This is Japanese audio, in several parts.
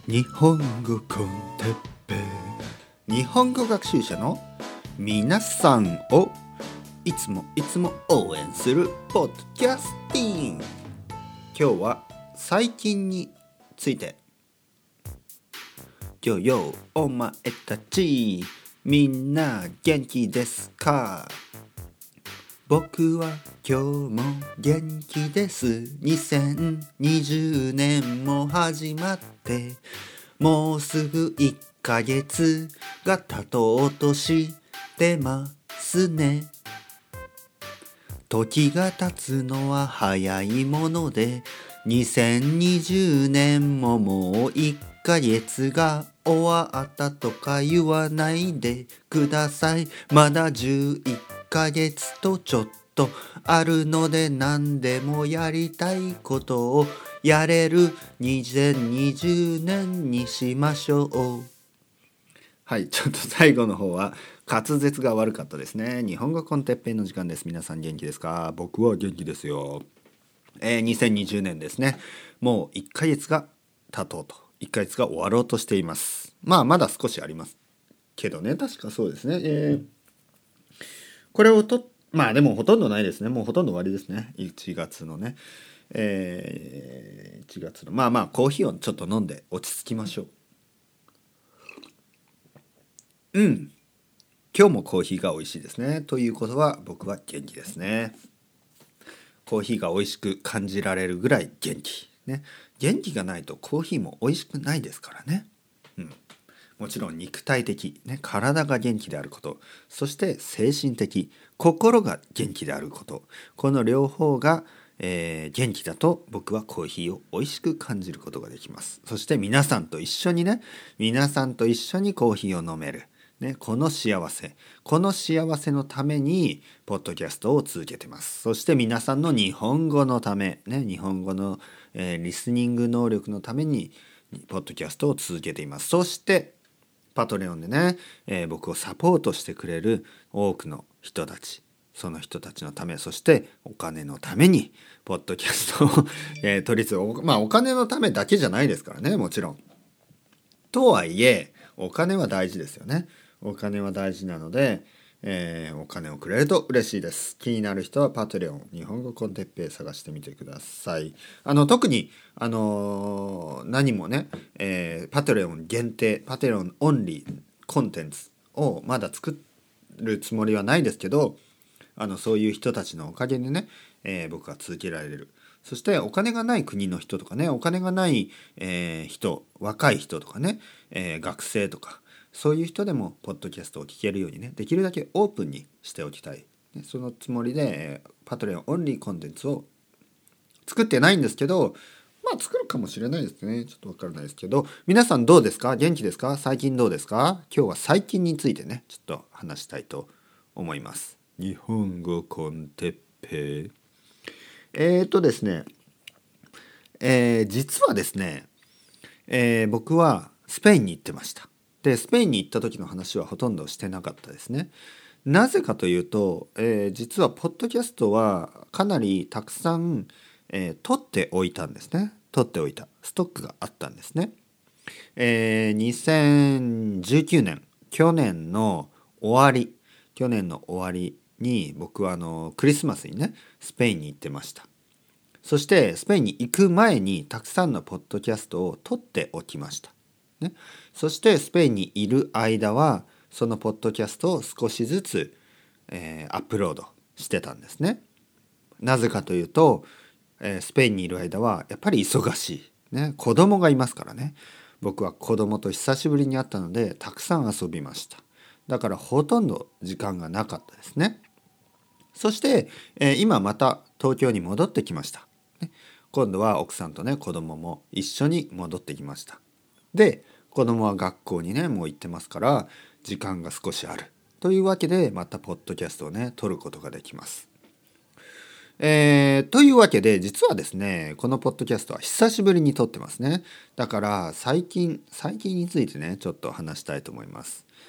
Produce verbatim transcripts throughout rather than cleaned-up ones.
日本語コンテッペイ、日本語学習者の皆さんをいつもいつも応援するポッドキャスティング。今日は最近について。よよお前たちみんな元気ですか？僕は今日も元気です。にせんにじゅうねんも始まってもうすぐいっかげつが経とうとしてますね。時が経つのは早いものでにせんにじゅうねんももういっかげつが終わったとか言わないでください。まだじゅういっかげつとちょっとあるので何でもやりたいことをやれるにせんにじゅうねんにしましょう。はい、ちょっと最後の方は滑舌が悪かったですね。日本語コンテッペイの時間です。皆さん元気ですか？僕は元気ですよ。えー、にせんにじゅうねんですね。もういっかげつが経とうといっかげつが終わろうとしています。まあまだ少しありますけどね。確かそうですね。えー、これをとまあでもほとんどないですね。もうほとんど終わりですね。いちがつのね、えー、いちがつのまあまあコーヒーをちょっと飲んで落ち着きましょう。うん今日もコーヒーが美味しいですね。ということは僕は元気ですね。コーヒーが美味しく感じられるぐらい元気。ね。元気がないとコーヒーも美味しくないですからね。うん。もちろん肉体的、ね、体が元気であること、そして精神的、心が元気であること。この両方が、えー元気だと僕はコーヒーを美味しく感じることができます。そして皆さんと一緒にね、皆さんと一緒にコーヒーを飲める。ね、この幸せこの幸せのためにポッドキャストを続けてます。そして皆さんの日本語のため、ね、日本語の、えーリスニング能力のためにポッドキャストを続けています。そしてパトレオンでね、えー僕をサポートしてくれる多くの人たち、その人たちのため、そしてお金のためにポッドキャストを、えー取り続け、まあお金のためだけじゃないですからね、もちろん。とはいえお金は大事ですよね。お金は大事なので、えーお金をくれると嬉しいです。気になる人はパトレオン日本語コンテッペイ探してみてください。あの特にあのー何もね、えーパトレオン限定パトレオンオンリーコンテンツをまだ作るつもりはないですけど、あのそういう人たちのおかげでね、えー僕は続けられる。そしてお金がない国の人とかね、お金がない、えー人、若い人とかね、えー学生とかそういう人でもポッドキャストを聞けるようにね、できるだけオープンにしておきたい。ね、そのつもりで、えーパトレオンオンリーコンテンツを作ってないんですけど、まあ作るかもしれないですね。ちょっとわからないですけど、皆さんどうですか？元気ですか？最近どうですか？今日は最近についてね、ちょっと話したいと思います。日本語コンテッペイ。えーとですね、えー実はですね、えー僕はスペインに行ってました。で、スペインに行った時の話はほとんどしてなかったですね。なぜかというと、えー実はポッドキャストはかなりたくさん、えー取っておいたんですね。取っておいたストックがあったんですね。えーにせんじゅうきゅうねん、去年の終わり、去年の終わりに僕はあのクリスマスにね、スペインに行ってました。そしてスペインに行く前にたくさんのポッドキャストを撮っておきました。ね、そしてスペインにいる間はそのポッドキャストを少しずつ、えーアップロードしてたんですね。なぜかというと、えースペインにいる間はやっぱり忙しい、ね、子供がいますからね。僕は子供と久しぶりに会ったのでたくさん遊びました。だからほとんど時間がなかったですね。そして、えー今また東京に戻ってきました。ね今度は奥さんとね子供も一緒に戻ってきました。で子供は学校にねもう行ってますから時間が少しあるというわけでまたポッドキャストをね撮ることができます。えー、というわけで実はですねこのポッドキャストは久しぶりに撮ってますね。だから最近最近についてねちょっと話したいと思います。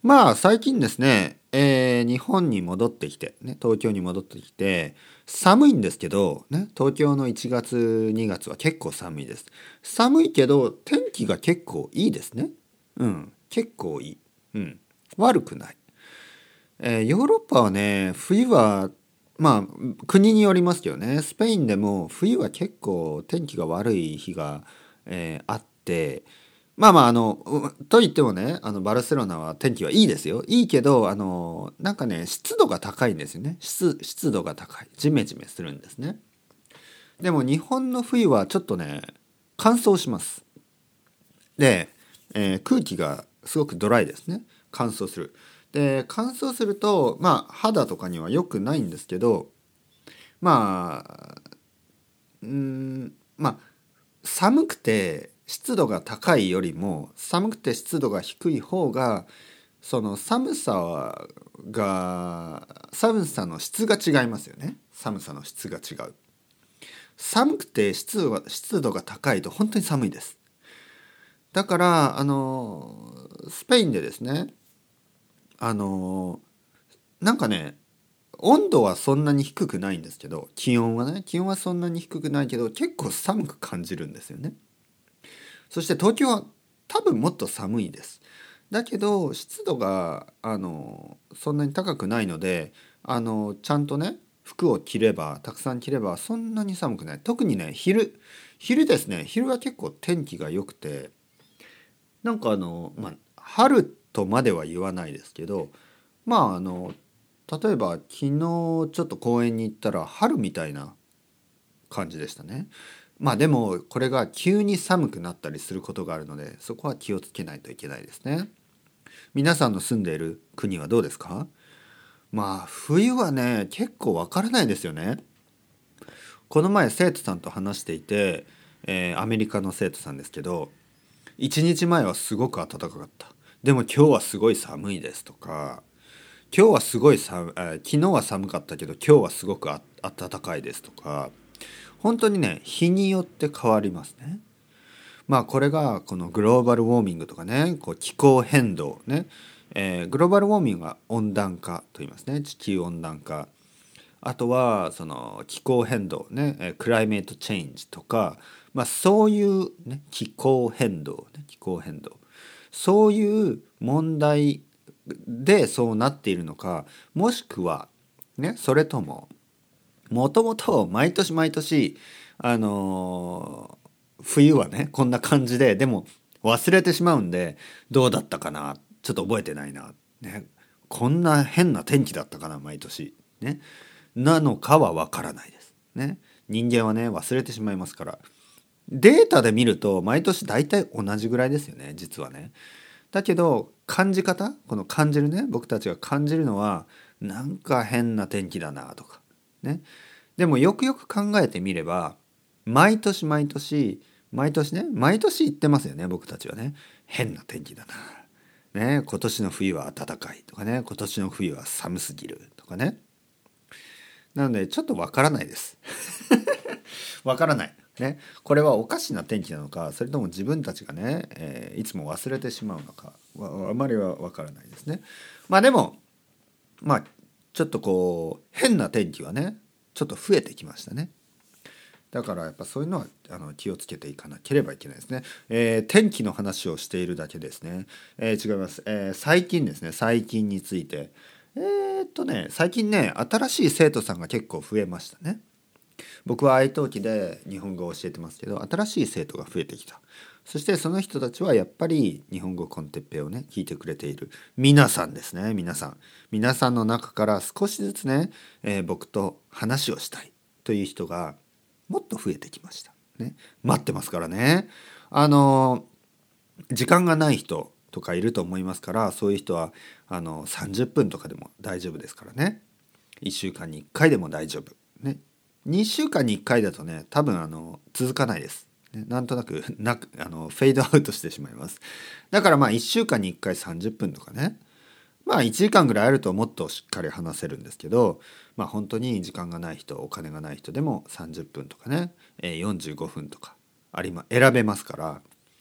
まあ最近ですね、えー日本に戻ってきて、ね、東京に戻ってきて、寒いんですけど、ね、東京のいちがつ、にがつは結構寒いです。寒いけど、天気が結構いいですね。うん、結構いい。うん、悪くない。えーヨーロッパはね、冬は、まあ、国によりますけどね、スペインでも冬は結構天気が悪い日が、えーあって、まあまあ、あの、うと言ってもね、あの、バルセロナは天気はいいですよ。いいけど、あの、なんかね、湿度が高いんですよね。湿、湿度が高い。ジメジメするんですね。でも日本の冬はちょっとね、乾燥します。で、えー空気がすごくドライですね。乾燥する。で、乾燥すると、まあ、肌とかには良くないんですけど、まあ、うーん、まあ、寒くて湿度が高いよりも、寒くて湿度が低い方が、その寒さが、寒さの質が違いますよね。寒さの質が違う。寒くて湿度が、湿度が高いと本当に寒いです。だから、あの、スペインでですね、あの、なんかね、温度はそんなに低くないんですけど、気温はね、気温はそんなに低くないけど、結構寒く感じるんですよね。そして東京は多分もっと寒いです。だけど湿度があのそんなに高くないので、あのちゃんとね服を着ればたくさん着ればそんなに寒くない。特にね昼昼ですね。昼は結構天気が良くて、なんかあのまあ春とまでは言わないですけど、まああの例えば昨日ちょっと公園に行ったら春みたいな感じでしたね。まあでもこれが急に寒くなったりすることがあるので、そこは気をつけないといけないですね。皆さんの住んでいる国はどうですか？まあ冬はね結構わからないですよね。この前生徒さんと話していて、えーアメリカの生徒さんですけど、いちにちまえはすごく暖かかった。でも今日はすごい寒いですとか、今日はすごい寒、えー昨日は寒かったけど今日はすごくあ暖かいですとか、本当にね日によって変わりますね。まあこれがこのグローバルウォーミングとかね、こう気候変動ね、えーグローバルウォーミングは温暖化と言いますね。地球温暖化。あとはその気候変動ね、えークライメートチェンジとか、まあそういうね気候変動ね、気候変動。そういう問題でそうなっているのか、もしくはね、それとももともと毎年毎年あのー冬はねこんな感じで、でも忘れてしまうんで、どうだったかなちょっと覚えてないな、ね、こんな変な天気だったかな毎年ね、なのかはわからないですね。人間はね忘れてしまいますから。データで見ると毎年大体同じぐらいですよね実はね。だけど感じ方、この感じるね、僕たちが感じるのはなんか変な天気だなとかね。でもよくよく考えてみれば、毎年毎年毎年ね毎年言ってますよね僕たちはね。変な天気だな、ね、今年の冬は暖かいとかね、今年の冬は寒すぎるとかね。なのでちょっとわからないですわからないね。これはおかしな天気なのか、それとも自分たちがね、えーいつも忘れてしまうのかはあまりはわからないですね。まあでもまあちょっとこう変な天気はねちょっと増えてきましたね。だからやっぱそういうのはあの気をつけていかなければいけないですね。えー天気の話をしているだけですね。えー違います、えー最近ですね、最近について。えーっとね最近ね新しい生徒さんが結構増えましたね。僕は愛登記で日本語を教えてますけど、新しい生徒が増えてきた。そしてその人たちはやっぱり日本語コンテッペをね聞いてくれている皆さんですね。皆さん皆さんの中から少しずつね、えー僕と話をしたいという人がもっと増えてきましたね。待ってますからね。あの時間がない人とかいると思いますから、そういう人はあのさんじゅっぷんとかでも大丈夫ですからね。いっしゅうかんにいっかいでも大丈夫ね。にしゅうかんにいっかいだとね多分あの続かないです、ね、なんとなくなくあのフェードアウトしてしまいます。だからまあいっしゅうかんにいっかいさんじゅっぷんとかね、まあいちじかんぐらいあるともっとしっかり話せるんですけど、まあ本当に時間がない人、お金がない人でもさんじゅっぷんとかね、えーよんじゅうごふんとかありま選べますから、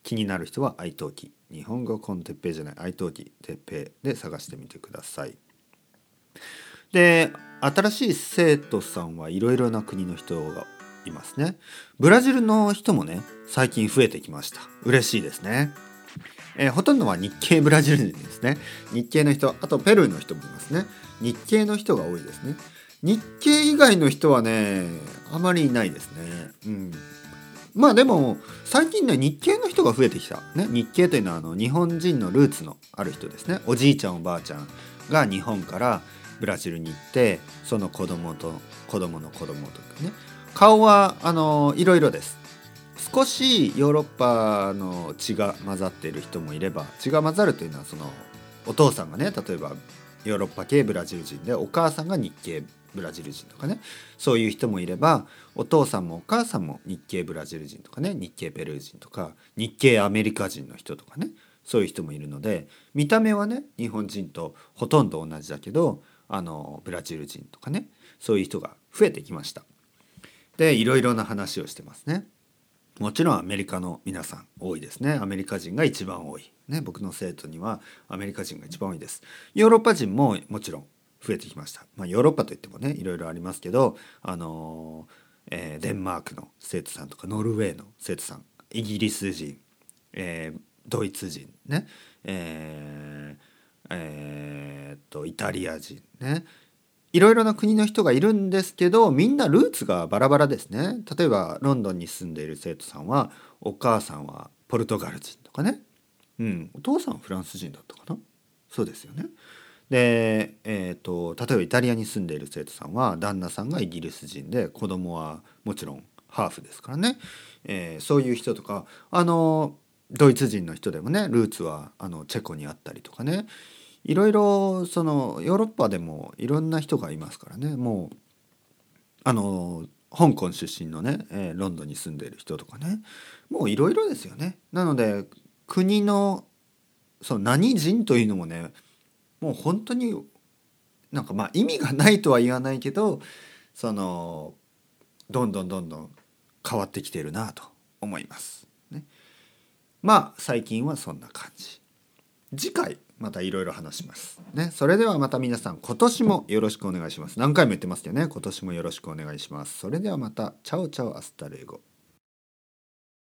気になる人は愛登記、日本語コンテッペイじゃない愛登記てっぺいで探してみてください。で新しい生徒さんはいろいろな国の人がいますね。ブラジルの人もね最近増えてきました。嬉しいですね。えー、ほとんどは日系ブラジル人ですね。日系の人、あとペルーの人もいますね。日系の人が多いですね。日系以外の人はねあまりいないですね。うん、まあでも最近ね日系の人が増えてきた、ね、日系というのはあの日本人のルーツのある人ですね。おじいちゃんおばあちゃんが日本からブラジルに行ってその子供と子供の子供とかね、顔はあのいろいろです。少しヨーロッパの血が混ざっている人もいれば、血が混ざるというのはそのお父さんがね例えばヨーロッパ系ブラジル人でお母さんが日系ブラジル人とかね、そういう人もいればお父さんもお母さんも日系ブラジル人とかね、日系ペルー人とか日系アメリカ人の人とかね、そういう人もいるので見た目はね日本人とほとんど同じだけどあのブラジル人とかね、そういう人が増えてきました。でいろいろな話をしてますね。もちろんアメリカの皆さん多いですね。アメリカ人が一番多い、ね、僕の生徒にはアメリカ人が一番多いです。ヨーロッパ人ももちろん増えてきました。まあ、ヨーロッパといってもねいろいろありますけど、あのーえー、デンマークの生徒さんとかノルウェーの生徒さん、イギリス人、えー、ドイツ人ね、えーえー、っとイタリア人ね、いろいろな国の人がいるんですけどみんなルーツがバラバラですね。例えばロンドンに住んでいる生徒さんはお母さんはポルトガル人とかね、うん、お父さんはフランス人だったかな、そうですよね。で、えーと、例えばイタリアに住んでいる生徒さんは旦那さんがイギリス人で子供はもちろんハーフですからね、えー、そういう人とかあのドイツ人の人でもねルーツはあのチェコにあったりとかね、いろいろそのヨーロッパでもいろんな人がいますからね。もうあの香港出身のね、えーロンドンに住んでいる人とかね、もういろいろですよね。なので国のその何人というのもねもう本当になんかまあ意味がないとは言わないけどそのどんどんどんどん変わってきているなと思います、ね、まあ最近はそんな感じ。次回またいろいろ話しますね。それではまた皆さん今年もよろしくお願いします。何回も言ってますけどね、今年もよろしくお願いします。それではまたチャオチャオアスタルエゴ。